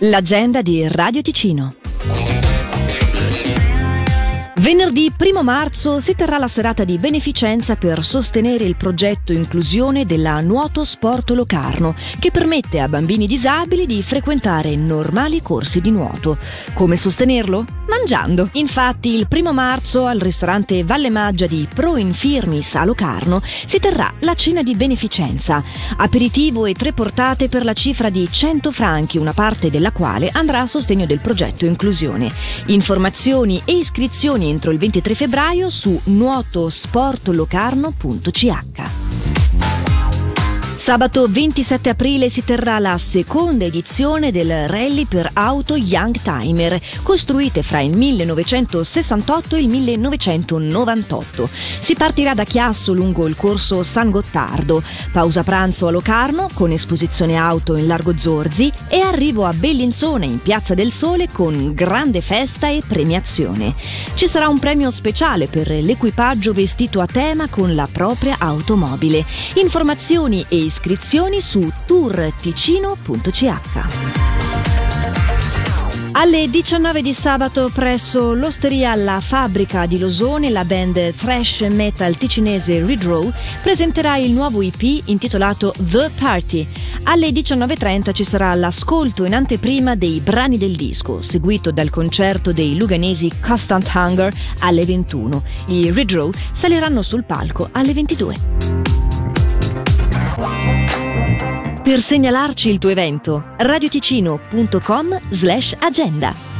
L'agenda di Radio Ticino. Venerdì 1 marzo si terrà la serata di beneficenza per sostenere il progetto Inclusione della Nuoto Sport Locarno, che permette a bambini disabili di frequentare normali corsi di nuoto. Come sostenerlo? Mangiando. Infatti il 1 marzo al ristorante Valle Maggia di Pro Infirmis a Locarno si terrà la cena di beneficenza. Aperitivo e 3 portate per la cifra di 100 franchi, una parte della quale andrà a sostegno del progetto Inclusione. Informazioni e iscrizioni entro il 23 febbraio su nuotosportlocarno.ch. Sabato 27 aprile si terrà la seconda edizione del Rally per auto Young Timer, costruite fra il 1968 e il 1998. Si partirà da Chiasso lungo il corso San Gottardo, pausa pranzo a Locarno con esposizione auto in Largo Zorzi e arrivo a Bellinzona in Piazza del Sole con grande festa e premiazione. Ci sarà un premio speciale per l'equipaggio vestito a tema con la propria automobile. Informazioni e iscrizioni su tourticino.ch. Alle 19 di sabato presso l'Osteria La Fabbrica di Losone la band thrash metal ticinese Redraw presenterà il nuovo EP intitolato The Party. Alle 19.30 ci sarà l'ascolto in anteprima dei brani del disco, seguito dal concerto dei luganesi Constant Hunger alle 21. I Redraw saliranno sul palco alle 22. Per segnalarci il tuo evento, radioticino.com/agenda.